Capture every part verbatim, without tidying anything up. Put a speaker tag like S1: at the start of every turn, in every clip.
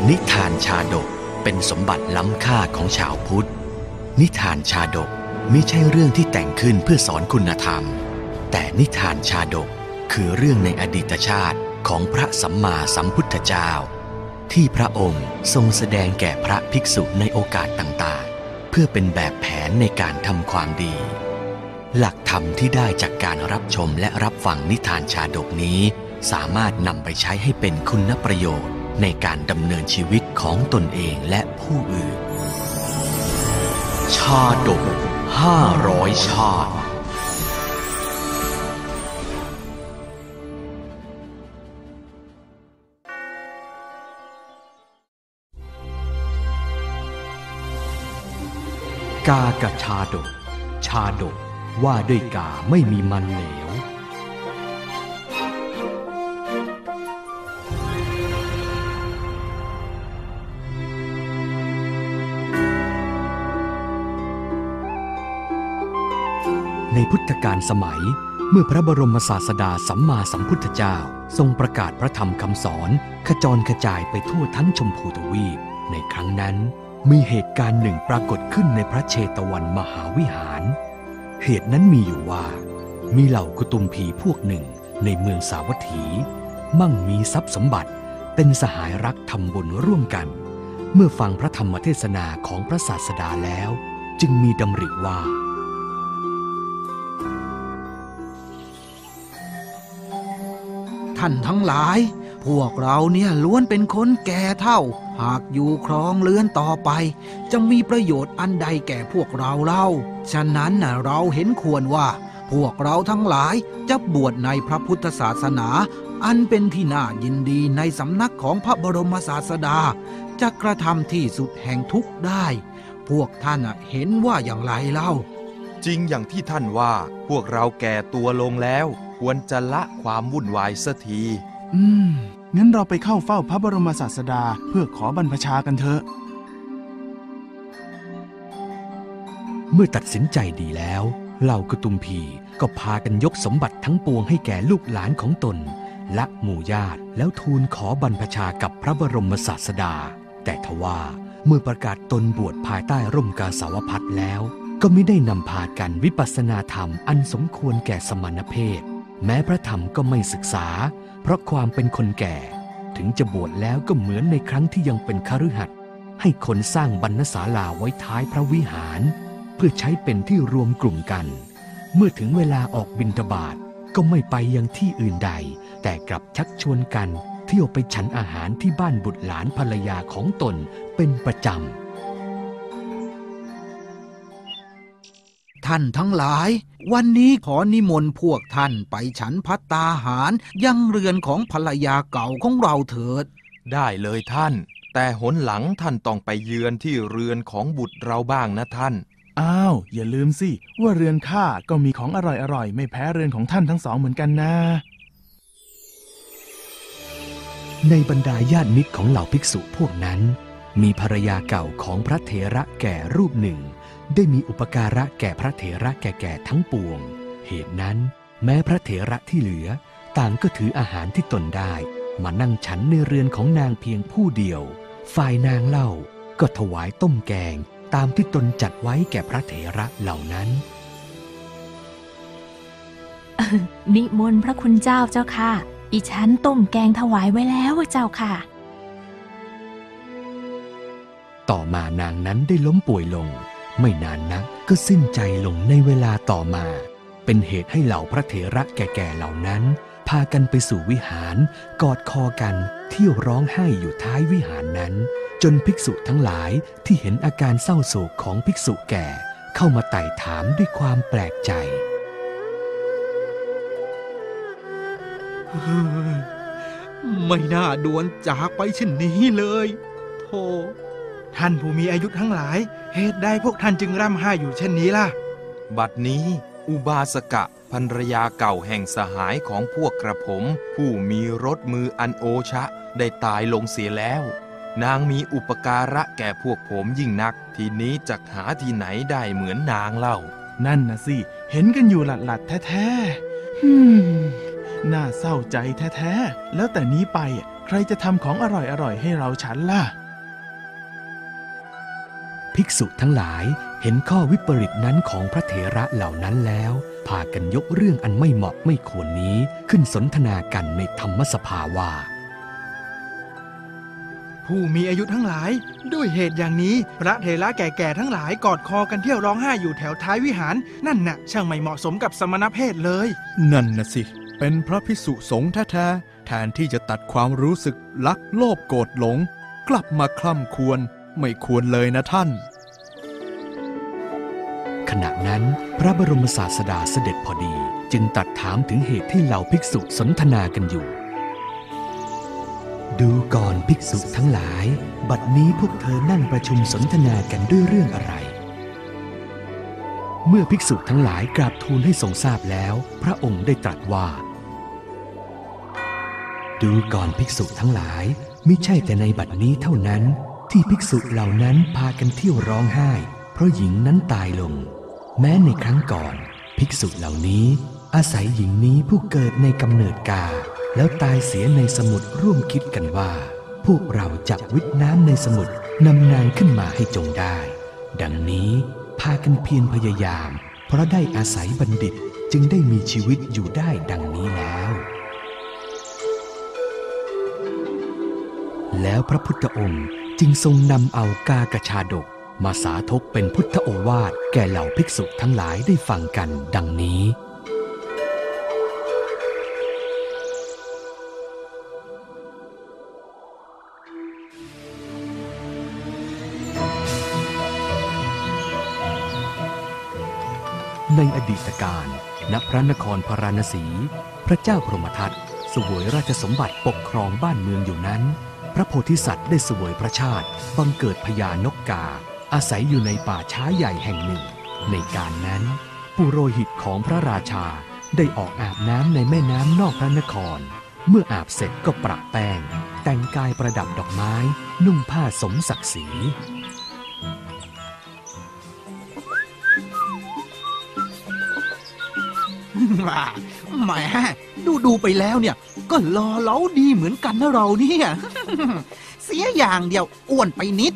S1: นิทานชาดกเป็นสมบัติล้ำค่าของชาวพุทธนิทานชาดกไม่ใช่เรื่องที่แต่งขึ้นเพื่อสอนคุณธรรมแต่นิทานชาดกคือเรื่องในอดีตชาติของพระสัมมาสัมพุทธเจ้าที่พระองค์ทรงแสดงแก่พระภิกษุในโอกาสต่างๆเพื่อเป็นแบบแผนในการทำความดีหลักธรรมที่ได้จากการรับชมและรับฟังนิทานชาดกนี้สามารถนำไปใช้ให้เป็นคุณประโยชน์ในการดำเนินชีวิตของตนเองและผู้อื่นชาดกห้าร้อยชาติกากับชาดกชาดกว่าด้วยกาไม่มีมันเหลวในพุทธกาลสมัยเมื่อพระบรมศาสดาสัมมาสัมพุทธเจ้าทรงประกาศพระธรรมคำสอนขจรกระจายไปทั่วทั้งชมพูทวีปในครั้งนั้นมีเหตุการณ์หนึ่งปรากฏขึ้นในพระเชตวันมหาวิหารเหตุนั้นมีอยู่ว่ามีเหล่ากุตุมพีพวกหนึ่งในเมืองสาวัตถีมั่งมีทรัพย์สมบัติเป็นสหายรักทำบุญร่วมกันเมื่อฟังพระธรรมเทศนาของพระศาสดาแล้วจึงมีดำริว่า
S2: ท่านทั้งหลายพวกเราเนี่ยล้วนเป็นคนแก่เฒ่าหากอยู่ครองเรือนต่อไปจะมีประโยชน์อันใดแก่พวกเราเล่าฉะนั้นน่ะเราเห็นควรว่าพวกเราทั้งหลายจะบวชในพระพุทธศาสนาอันเป็นที่น่ายินดีในสำนักของพระบรมศาสดาจะกระทำที่สุดแห่งทุกข์ได้พวกท่านเห็นว่าอย่างไรเล่า
S3: จริงอย่างที่ท่านว่าพวกเราแก่ตัวลงแล้วควรจะละความวุ่นวายเสียที
S4: อืมงั้นเราไปเข้าเฝ้าพระบรมศาสดาเพื่อขอบรรพชากันเถอะ
S1: เมื่อตัดสินใจดีแล้วเหล่ากุตุมพีก็พากันยกสมบัติทั้งปวงให้แก่ลูกหลานของตนและหมู่ญาติแล้วทูลขอบรรพชากับพระบรมศาสดาแต่ทว่าเมื่อประกาศตนบวชภายใต้ร่มกาสาวพัสต์แล้วก็มิได้นำพากันวิปัสสนาธรรมอันสมควรแก่สมณเพศแม้พระธรรมก็ไม่ศึกษาเพราะความเป็นคนแก่ถึงจะบวชแล้วก็เหมือนในครั้งที่ยังเป็นคฤหัสถ์ให้คนสร้างบรรณศาลาไว้ท้ายพระวิหารเพื่อใช้เป็นที่รวมกลุ่มกันเมื่อถึงเวลาออกบิณฑบาตก็ไม่ไปยังที่อื่นใดแต่กลับชักชวนกันเที่ยวไปฉันอาหารที่บ้านบุตรหลานภรรยาของตนเป็นประจำ
S2: ท่านทั้งหลายวันนี้ขอนิมนต์พวกท่านไปฉันภัตตาหารยังเรือนของภรรยาเก่าของเราเถิด
S3: ได้เลยท่านแต่หนหลังท่านต้องไปเยือนที่เรือนของบุตรเราบ้างนะท่าน
S4: อ้าวอย่าลืมสิว่าเรือนข้าก็มีของอร่อยๆไม่แพ้เรือนของท่านทั้งสองเหมือนกันนะ
S1: ในบรรดาญาติมิตรของเหล่าภิกษุพวกนั้นมีภรรยาเก่าของพระเถระแก่รูปหนึ่งได้มีอุปการะแก่พระเถระแก่ๆทั้งปวงเหตุนั้นแม้พระเถระที่เหลือต่างก็ถืออาหารที่ตนได้มานั่งฉันในเรือนของนางเพียงผู้เดียวฝ่ายนางเล่าก็ถวายต้มแกงตามที่ตนจัดไว้แก่พระเถระเหล่านั้น
S5: นิมนต์พระคุณเจ้าเจ้าค่ะอีฉันต้มแกงถวายไว้แล้วเจ้าค่ะ
S1: ต่อมานางนั้นได้ล้มป่วยลงไม่นานนักก็สิ้นใจลงในเวลาต่อมาเป็นเหตุให้เหล่าพระเถระแก่ๆเหล่านั้นพากันไปสู่วิหารกอดคอกันเที่ยวร้องไห้อยู่ท้ายวิหารนั้นจนภิกษุทั้งหลายที่เห็นอาการเศร้าโศกของภิกษุแก่เข้ามาไต่ถามด้วยความแปลกใจ
S2: ไม่น่าด่วนจากไปเช่นนี้เลยโธ่
S4: ท่านผู้มีอายุทั้งหลายเหตุใดพวกท่านจึงร่ำไห้อยู่เช่นนี้ล่ะ
S3: บัดนี้อุบาสกะภรรยาเก่าแห่งสหายของพวกกระผมผู้มีรสมืออันโอชะได้ตายลงเสียแล้วนางมีอุปการะแก่พวกผมยิ่งนักทีนี้จักหาที่ไหนได้เหมือนนางเล่า
S4: นั่นนะสิเห็นกันอยู่หลัดๆแท้ๆฮึมน่าเศร้าใจแท้ๆแล้วแต่นี้ไปใครจะทำของอร่อยๆให้เราฉันล่ะ
S1: ภิกษุทั้งหลายเห็นข้อวิปริตนั้นของพระเถระเหล่านั้นแล้วพากันยกเรื่องอันไม่เหมาะไม่ควรนี้ขึ้นสนทนากันในธรรมสภาว่า
S6: ผู้มีอายุทั้งหลายด้วยเหตุอย่างนี้พระเถระแก่ๆทั้งหลายกอดคอกันเที่ยวร้องไห้อยู่แถวท้ายวิหารนั่นน่ะช่างไม่เหมาะสมกับสมณเพศเลย
S7: นั่นน่ะสิเป็นพระภิกษุสงฆ์แท้ๆแทนที่จะตัดความรู้สึกรักโลภโกรธหลงกลับมาคล่ำควรไม่ควรเลยนะท่าน
S1: ขณะนั้นพระบรมศาสดาเสด็จพอดีจึงตรัสถามถึงเหตุที่เหล่าภิกษุสนทนากันอยู่ดูก่อนภิกษุทั้งหลายบัดนี้พวกเธอนั่งประชุมสนทนากันด้วยเรื่องอะไรเมื่อภิกษุทั้งหลายกราบทูลให้ทรงทราบแล้วพระองค์ได้ตรัสว่าดูก่อนภิกษุทั้งหลายมิใช่แต่ในบัดนี้เท่านั้นที่ภิกษุเหล่านั้นพากันเที่ยวร้องไห้เพราะหญิงนั้นตายลงแม้ในครั้งก่อนภิกษุเหล่านี้อาศัยหญิงนี้ผู้เกิดในกำเนิดกาแล้วตายเสียในสมุทรร่วมคิดกันว่าพวกเราจะวิทน้ำในสมุทรนำนางขึ้นมาให้จงได้ดังนี้พากันเพียรพยายามเพราะได้อาศัยบัณฑิตจึงได้มีชีวิตอยู่ได้ดังนี้แล้วแล้วพระพุทธองค์จึงทรงนำเอากากชาดกมาสาธกเป็นพุทธโอวาทแก่เหล่าภิกษุทั้งหลายได้ฟังกันดังนี้ในอดีตการณพระนครพาราณสีพระเจ้าพรหมทัตเสวยราชสมบัติปกครองบ้านเมืองอยู่นั้นพระโพธิสัตว์ได้เสวยพระชาติบังเกิดพญานกกาอาศัยอยู่ในป่าช้าใหญ่แห่งหนึ่งในการนั้นปุโรหิตของพระราชาได้ออกอาบน้ำในแม่น้ำนอกพระนครเมื่ออาบเสร็จก็ประแป้งแต่งกายประดับดอกไม้นุ่งผ้าสมศักดิ์ศรี
S2: ว่าแหมดูดูไปแล้วเนี่ยก็หล่อเหลาดีเหมือนกันนะเราเนี่ยเสียอย่างเดียวอ้วนไปนิด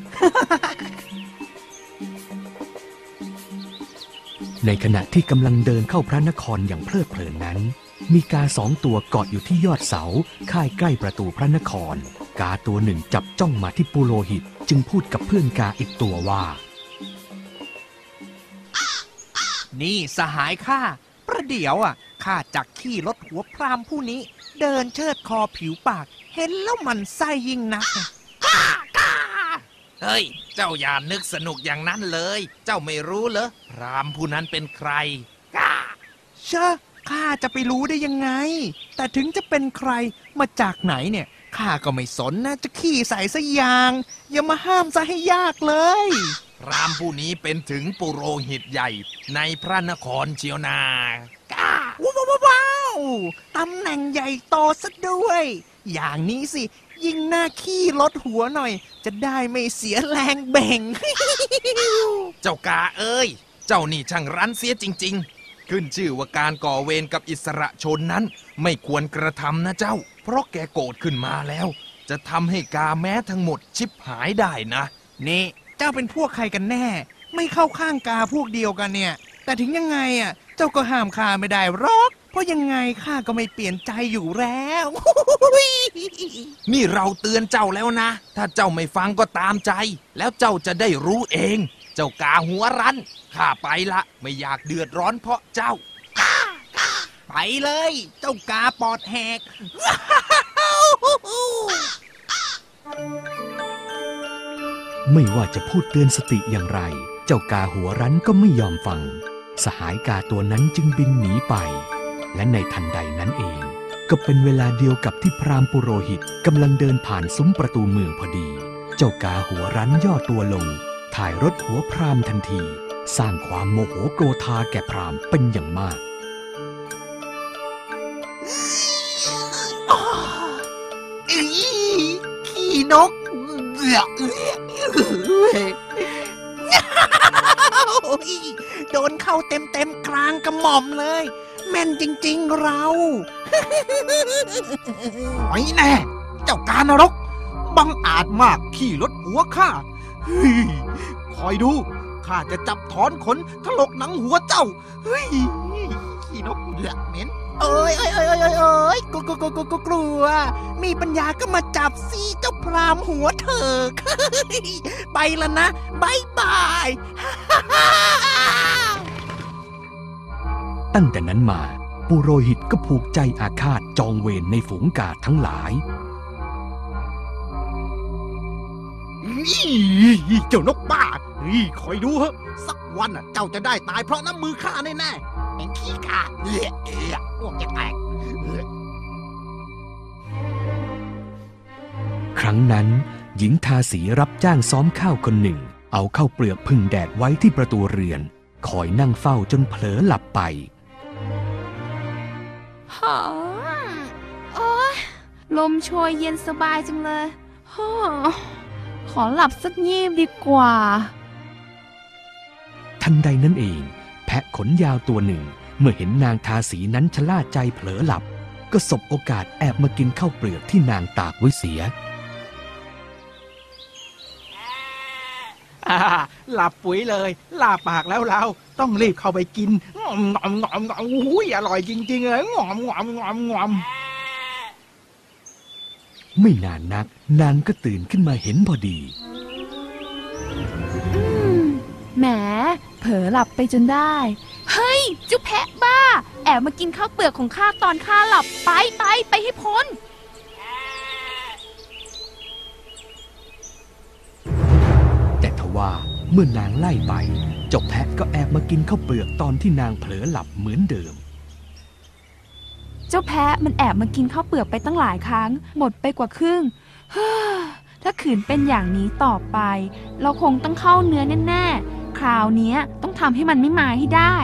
S1: ในขณะที่กำลังเดินเข้าพระนครอย่างเพลิดเพลินนั้นมีกาสองตัวเกาะอยู่ที่ยอดเสาค่ายใกล้ประตูพระนครกาตัวหนึ่งจับจ้องมาที่ปุโรหิตจึงพูดกับเพื่อนกาอีกตัวว่า
S8: นี่สหายข้าประเดี๋ยวอ่ะข้าจักขี่รถหัวพรามผู้นี้เดินเชิดคอผิวปากเห็นแล้วมันไส้ยิ่งนักก้าก้าเฮ้ยเจ้าอย่านึกสนุกอย่างนั้นเลยเจ้าไม่รู้เหรอพรามผู้นั้นเป็นใครก้าเชอะข้าจะไปรู้ได้ยังไงแต่ถึงจะเป็นใครมาจากไหนเนี่ยข้าก็ไม่สนนะจะขี่ใส่ซะอย่างอย่ามาห้ามซะให้ยากเลยพรามผู้นี้เป็นถึงปุโรหิตใหญ่ในพระนครเชียวนาก้าว้าวว้าวตำแหน่งใหญ่โตซะด้วยอย่างนี้สิยิ่งหน้าขี้ลดหัวหน่อยจะได้ไม่เสียแรงแบ่ง เจ้ากาเอ้ยเจ้านี่ช่างรั้นเสียจริงๆขึ้นชื่อว่าการก่อเวรกับอิสระชนนั้นไม่ควรกระทำนะเจ้าเพราะแกโกรธขึ้นมาแล้วจะทำให้กาแม้ทั้งหมดชิบหายได้นะนี่เจ้าเป็นพวกใครกันแน่ไม่เข้าข้างกาพวกเดียวกันเนี่ยแต่ถึงยังไงอ่ะเจ้าก็ห้ามข้าไม่ได้หรอกเพราะยังไงข้าก็ไม่เปลี่ยนใจอยู่แล้ว นี่เราเตือนเจ้าแล้วนะถ้าเจ้าไม่ฟังก็ตามใจแล้วเจ้าจะได้รู้เองเจ้ากาหัวรั้นข้าไปละไม่อยากเดือดร้อนเพราะเจ้าไปเลยเจ้ากาปอดแหก
S1: ไม่ว่าจะพูดเตือนสติอย่างไรเจ้ากาหัวรั้นก็ไม่ยอมฟังสหายกาตัวนั้นจึงบินหนีไปและในทันใดนั้นเองก็เป็นเวลาเดียวกับที่พราหมณ์ปุโรหิตกำลังเดินผ่านซุ้มประตูเมืองพอดีเจ้ากาหัวรั้นย่อตัวลงถ่ายรถหัวพราหมณ์ทันทีสร้างความโมโหโกรธาแก่พราหมณ์เป็นอย่างมาก
S2: ขี้นก
S8: โดนเข้าเต็มเต็มกลางกระหม่อมเลยแม่นจริงๆเรา
S2: ไม่แน่เจ้ากานรกบังอาจมากขี่รถหัวข้าคอยดูข้าจะจับถอนขนถลกหนังหัวเจ้าเฮ้ยขี้นกเหลือกเหม็น
S8: เอ้ยเอ้ยเอ้ยเอ้ยเอ้ยกลัวกลัวกลัวกลัวกลัวมีปัญญาก็มาจับสิเจ้าพรามหัวเถิกไปละนะบายบาย
S1: ตั้งแต่นั้นมาปุโรหิตก็ผูกใจอาฆาตจองเวรในฝูงกาดทั้งหลาย
S2: เจ้านกบ้าคอยดูเหอะสักวันเจ้าจะได้ตายเพราะน้ำมือข้าแน่ๆเป็นขี้กาเอะเอะพวกจะแตก
S1: ครั้งนั้นหญิงทาสีรับจ้างซ้อมข้าวคนหนึ่งเอาข้าวเปลือกพึ่งแดดไว้ที่ประตูเรือนคอยนั่งเฝ้าจนเผลอหลับไป
S5: หอมโอ๊ยลมโชยเย็นสบายจังเลยฮ่อขอหลับสักงีบดีกว่า
S1: ทันใดนั้นเองแพะขนยาวตัวหนึ่งเมื่อเห็นนางทาสีนั้นชะล่าใจเผลอหลับก็สบโอกาสแอบมากินข้าวเปลือกที่นางตากไว้เสีย
S6: หลับปุ๋ยเลยลาปากแล้วเราต้องรีบเข้าไปกินงอมงอมงอมงอมอุ้ยอร่อยจริงๆเลยงอมงอมงอมงอม
S1: ไม่นานนักนางก็ตื่นขึ้นมาเห็นพอดี
S5: แหมเผลอหลับไปจนได้เฮ้ยเจ้าแพะบ้าแอบมากินข้าวเปลือกของข้าตอนข้าหลับไปไปไปให้พ้น
S1: แต่ทว่าเมื่อนางไล่ไปเจ้าแพะก็แอบมากินข้าวเปลือกตอนที่นางเผลอหลับเหมือนเดิม
S5: เจ้าแพะมันแอบมากินข้าวเปลือกไปตั้งหลายครั้งหมดไปกว่าครึ่งถ้าขืนเป็นอย่างนี้ต่อไปเราคงต้องเข้าเนื้อแน่ๆคราวนี้ต้องทำให้มันไม่มาให้ได้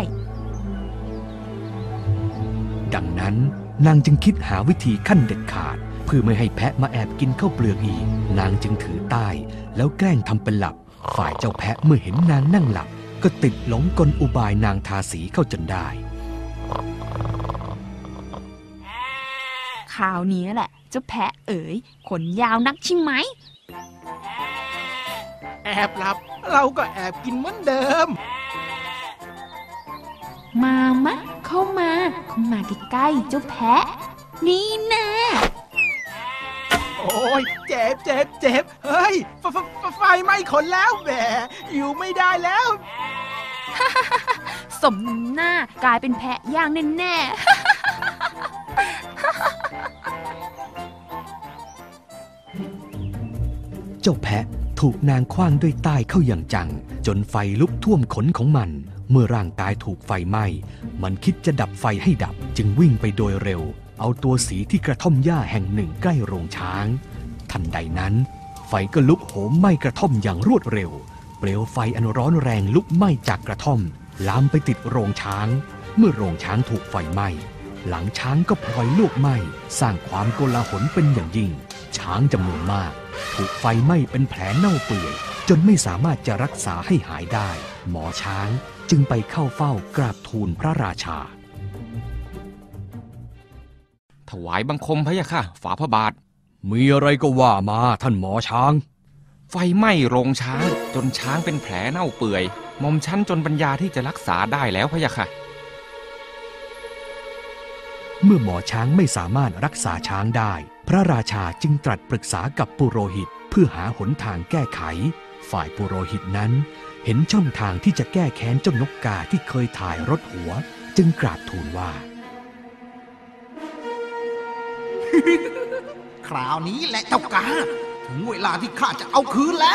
S1: ดังนั้นนางจึงคิดหาวิธีขั้นเด็ดขาดเพื่อไม่ให้แพะมาแอบกินข้าวเปลือกอีกนางจึงถือใต้แล้วแกล้งทำเป็นหลับฝ่ายเจ้าแพะเมื่อเห็นนางนั่งหลับก็ติดหลงกลอุบายนางทาสีเข้าจนได้
S5: คราวนี้แหละเจ้าแพะเอ๋ยขนยาวนักใช่ไหม
S6: แอบหลับเราก็แอบกินเหมือนเดิม
S5: มามะเข้ามาเข้ามาใกล้ๆเจ้าแพะนี่นะ
S6: โอ้ยเจ็บเจ็บเจ็บเฮ้ยไฟไฟไหม้ขนแล้วแหมอยู่ไม่ได้แล้ว
S5: สมหน้ากลายเป็นแพะย่างแน่ๆ
S1: เจ้าแพะถูกนางขว้างด้วยใต้เข้าอย่างจังจนไฟลุกท่วมขนของมันเมื่อร่างกายถูกไฟไหม้มันคิดจะดับไฟให้ดับจึงวิ่งไปโดยเร็วเอาตัวสีที่กระท่อมหญ้าแห่งหนึ่งใกล้โรงช้างทันใดนั้นไฟก็ลุกโหมไหม้กระท่อมอย่างรวดเร็วเปลวไฟอันร้อนแรงลุกไหม้จากกระท่อมลามไปติดโรงช้างเมื่อโรงช้างถูกไฟไหม้หลังช้างก็พลอยลุกไหม้สร้างความโกลาหลเป็นอย่างยิ่งช้างจำนวนมากถูกไฟไหม้เป็นแผลเน่าเปื่อยจนไม่สามารถจะรักษาให้หายได้หมอช้างจึงไปเข้าเฝ้ากราบทูลพระราชา
S9: ถวายบังคมพระยะค่ะฝ่าพระบาท
S1: มีอะไรก็ว่ามาท่านหมอช้าง
S9: ไฟไหม้โรงช้างจนช้างเป็นแผลเน่าเปื่อยหม่อมชั้นจนปัญญาที่จะรักษาได้แล้วพระยะค่ะ
S1: เมื่อหมอช้างไม่สามารถรักษาช้างได้พระราชาจึงตรัสปรึกษากับปุโรหิตเพื่อหาหนทางแก้ไขฝ่ายปุโรหิตนั้นเห็นช่องทางที่จะแก้แค้นเจ้านกกาที่เคยถ่ายรถหัวจึงกราบทูลว่า
S2: คราวนี้แหละเจ้ากาถึงเวลาที่ข้าจะเอาคืนแล้ว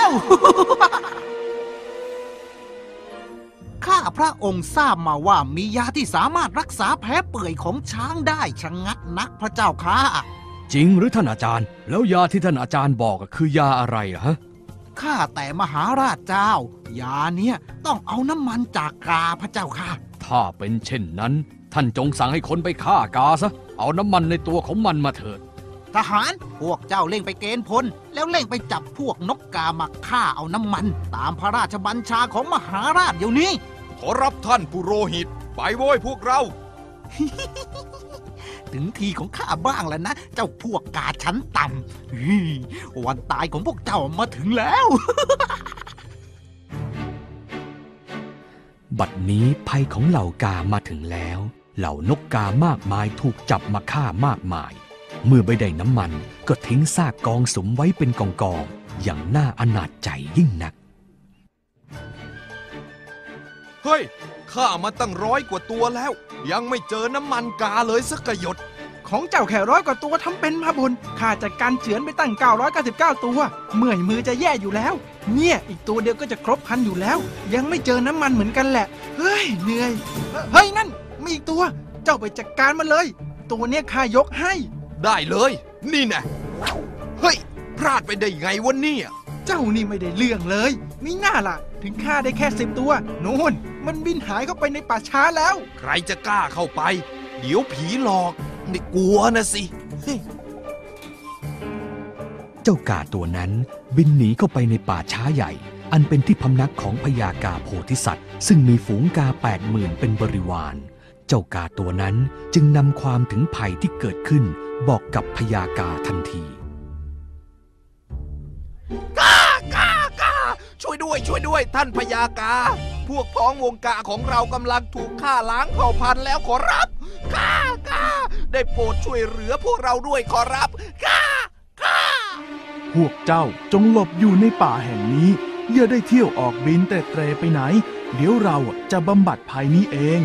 S2: ข้าพระองค์ทราบมาว่ามียาที่สามารถรักษาแผลเปื่อยของช้างได้ชะงัดนักพระเจ้าค่ะ
S1: จริงหรือท่านอาจารย์แล้วยาที่ท่านอาจารย์บอกคือยาอะไรล่ะฮะ
S2: ข้าแต่มหาราชเจ้ายาเนี้ยต้องเอาน้ำมันจากกาพระเจ้าค่ะ
S1: ถ้าเป็นเช่นนั้นท่านจงสั่งให้คนไปฆ่ากาซะเอาน้ำมันในตัวของมันมาเถิด
S2: ทหารพวกเจ้าเร่งไปเกณฑ์พลแล้วเร่งไปจับพวกนกกามาฆ่าเอาน้ำมันตามพระราชบัญชาของมหาราชเดี๋ยวนี้
S3: ขอรับท่านปุโรหิตไปโว้ยพวกเรา
S2: ถึงทีของข้าบ้างแล้วนะเจ้าพวกกาชั้นต่ำวันตายของพวกเจ้ามาถึงแล้ว
S1: บัดนี้ภัยของเหล่ากามาถึงแล้ว เหล่านกกามากมายถูกจับมาฆ่ามากมาย เมื่อไม่ได้น้ำมันก็ทิ้งซากกองสุมไว้เป็นกองๆอย่างน่าอนาจใจยิ่งนัก
S3: เฮ้ยข้ามาตั้งร้อยกว่าตัวแล้วยังไม่เจอน้ำมันกาเลยสักกระหยด
S6: ของเจ้าแค่ร้อยกว่าตัวทำเป็นมาบนข้าจัดการเฉือนไปตั้งเก้าร้อยเก้าสิบเก้าตัวเมื่อยมือจะแย่อยู่แล้วเนี่ยอีกตัวเดียวก็จะครบพันอยู่แล้วยังไม่เจอน้ำมันเหมือนกันแหละเฮ้ยเหนื่อยเฮ้ยนั่นมีอีกตัวเจ้าไปจัดการมันเลยตัวเนี้ยข้ายกให้
S3: ได้เลยนี่แน่เฮ้ยพลาดไปได้ไงวะเนี่ย
S6: เจ้านี่ไม่ได้เรื่องเลยมีหน้าล่ะถึงฆ่าได้แค่สิบตัวโน่นมันบินหายเข้าไปในป่าช้าแล้ว
S3: ใครจะกล้าเข้าไปเดี๋ยวผีหลอกนี่กลัวนะสิ
S1: เจ้ากาตัวนั้นบินหนีเข้าไปในป่าช้าใหญ่อันเป็นที่พำนักของพญากาโพธิสัตว์ซึ่งมีฝูงกาแปดหมื่นเป็นบริวารเจ้ากาตัวนั้นจึงนำความถึงภัยที่เกิดขึ้นบอกกับพญากาทันที
S3: กากากาช่วยด้วยช่วยด้วยท่านพญากาพวกพ้องวงกาของเรากำลังถูกฆ่าล้างเผ่าพันธุ์แล้วขอรับกากาได้โปรดช่วยเหลือพวกเราด้วยขอรับกากา
S4: พวกเจ้าจงหลบอยู่ในป่าแห่งนี้อย่าได้เที่ยวออกบินแต่เตรไปไหนเดี๋ยวเราจะบำบัดภัยนี้เอง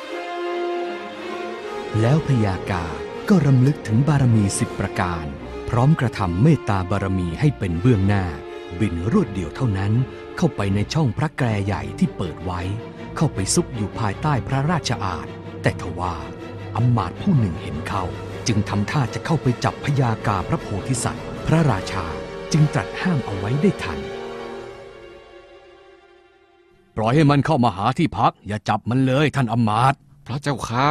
S1: แล้วพญากาก็รำลึกถึงบารมีสิบประการพร้อมกระทำเมตตาบารมีให้เป็นเบื้องหน้าบินรวดเดียวเท่านั้นเข้าไปในช่องพระแกรใหญ่ที่เปิดไว้เข้าไปซุกอยู่ภายใต้พระราชอาณแต่ทว่าอำมาตย์ผู้หนึ่งเห็นเข้าจึงทำท่าจะเข้าไปจับพญากาพระโพธิสัตว์พระราชาจึงตรัสห้ามเอาไว้ได้ทันปล่อยให้มันเข้ามาหาที่พักอย่าจับมันเลยท่านอำมาตย์
S9: พระเจ้าข้า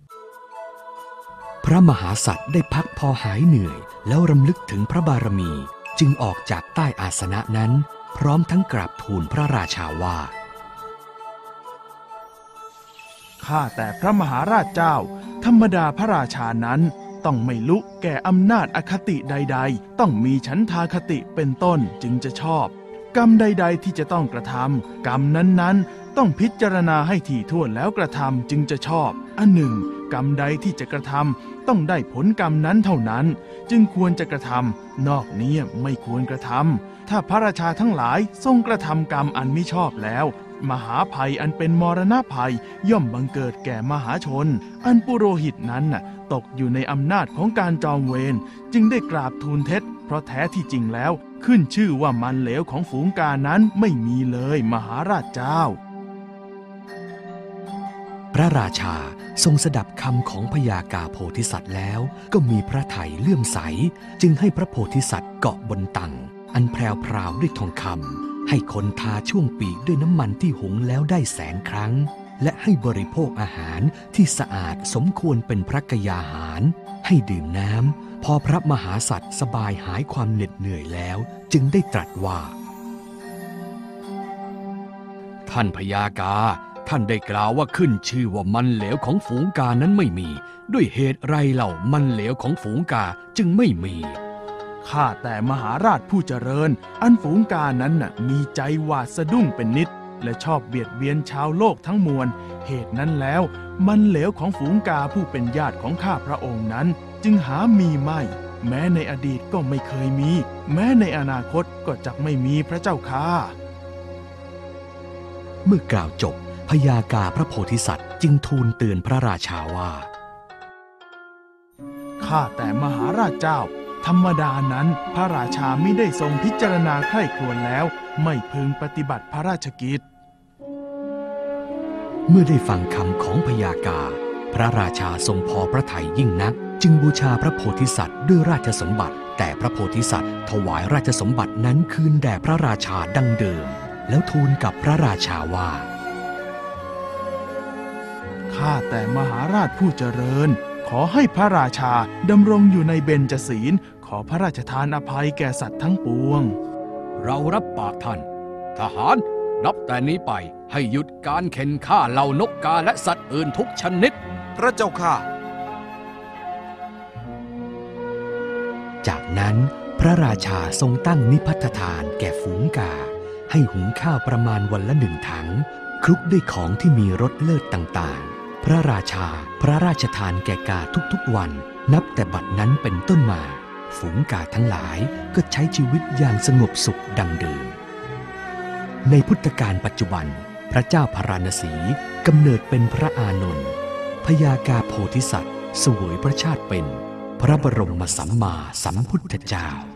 S1: พระมหาสัตว์ได้พักพอหายเหนื่อยแล้วรำลึกถึงพระบารมีจึงออกจากใต้อาสนะนั้นพร้อมทั้งกราบทูลพระราชาว่า
S4: ข้าแต่พระมหาราชเจ้าธรรมดาพระราชานั้นต้องไม่ลุแก่อำนาจอคติใดๆต้องมีฉันทาคติเป็นต้นจึงจะชอบกรรมใดๆที่จะต้องกระทำกรรมนั้นๆต้องพิจารณาให้ถี่ถ้วนแล้วกระทำจึงจะชอบอันหนึ่งกรรมใดที่จะกระทำต้องได้ผลกรรมนั้นเท่านั้นจึงควรจะกระทำนอกนี้ไม่ควรกระทำถ้าพระราชาทั้งหลายทรงกระทำกรรมอันมิชอบแล้วมหาภัยอันเป็นมรณะภัยย่อมบังเกิดแก่มหาชนอันปุโรหิตนั้นน่ะตกอยู่ในอำนาจของการจองเวรจึงได้กราบทูลเท็จเพราะแท้ที่จริงแล้วขึ้นชื่อว่ามันเหลวของฝูงกานั้นไม่มีเลยมหาราชเจ้า
S1: พระราชาทรงสดับคำของพญากาโพธิสัตว์แล้วก็มีพระทัยเลื่อมใสจึงให้พระโพธิสัตว์เกาะบนตังอันแพรวพราวด้วยทองคำให้คนทาช่วงปีกด้วยน้ำมันที่หุงแล้วได้แสนครั้งและให้บริโภคอาหารที่สะอาดสมควรเป็นพระกยาหารให้ดื่มน้ำพอพระมหาสัตว์สบายหายความเหน็ดเหนื่อยแล้วจึงได้ตรัสว่าท่านพญากาท่านได้กล่าวว่าขึ้นชื่อว่ามันเหลวของฝูงกานั้นไม่มีด้วยเหตุไรเล่ามันเหลวของฝูงกาจึงไม่มี
S4: ข้าแต่มหาราชผู้เจริญอันฝูงกานั้นน่ะมีใจหวาดสะดุ้งเป็นนิดและชอบเบียดเบียนชาวโลกทั้งมวลเหตุนั้นแล้วมันเหลวของฝูงกาผู้เป็นญาติของข้าพระองค์นั้นจึงหามีไม่แม้ในอดีตก็ไม่เคยมีแม้ในอนาคตก็จักไม่มีพระเจ้าค่ะ
S1: เมื่อกล่าวจบพญากาพระโพธิสัตว์จึงทูลเตือนพระราชาว่า
S4: ข้าแต่มหาราชเจ้าธรรมดานั้นพระราชาไม่ได้ทรงพิจารณาใคร่ครวญแล้วไม่พึงปฏิบัติพระราชกิจ
S1: เมื่อได้ฟังคำของพญากาพระราชาทรงพอพระทัยยิ่งนักจึงบูชาพระโพธิสัตว์ด้วยราชสมบัติแต่พระโพธิสัตว์ถวายราชสมบัตินั้นคืนแด่พระราชาดังเดิมแล้วทูลกับพระราชาว่า
S4: ข้าแต่มหาราชผู้เจริญขอให้พระราชาดำรงอยู่ในเบญจศีลขอพระราชทานอภัยแก่สัตว์ทั้งปวง
S1: เรารับปากท่านทหารนับแต่นี้ไปให้หยุดการเข็นฆ่าเหล่านกกาและสัตว์อื่นทุกชนิด
S3: พระเจ้าค่ะ
S1: จากนั้นพระราชาทรงตั้งนิพัฒทานแก่ฝูงกาให้หุงข้าวประมาณวันละหนึ่งถังคลุกด้วยของที่มีรสเลิศต่างๆพระราชาพระราชทานแก่กาทุกๆวันนับแต่บัดนั้นเป็นต้นมาฝูงกาทั้งหลายก็ใช้ชีวิตอย่างสงบสุขดังเดิมในพุทธกาลปัจจุบันพระเจ้าพาราณสีกำเนิดเป็นพระอานนท์พญากาโพธิสัตว์เสวยพระชาติเป็นพระบรมสัมมาสัมพุทธเจ้า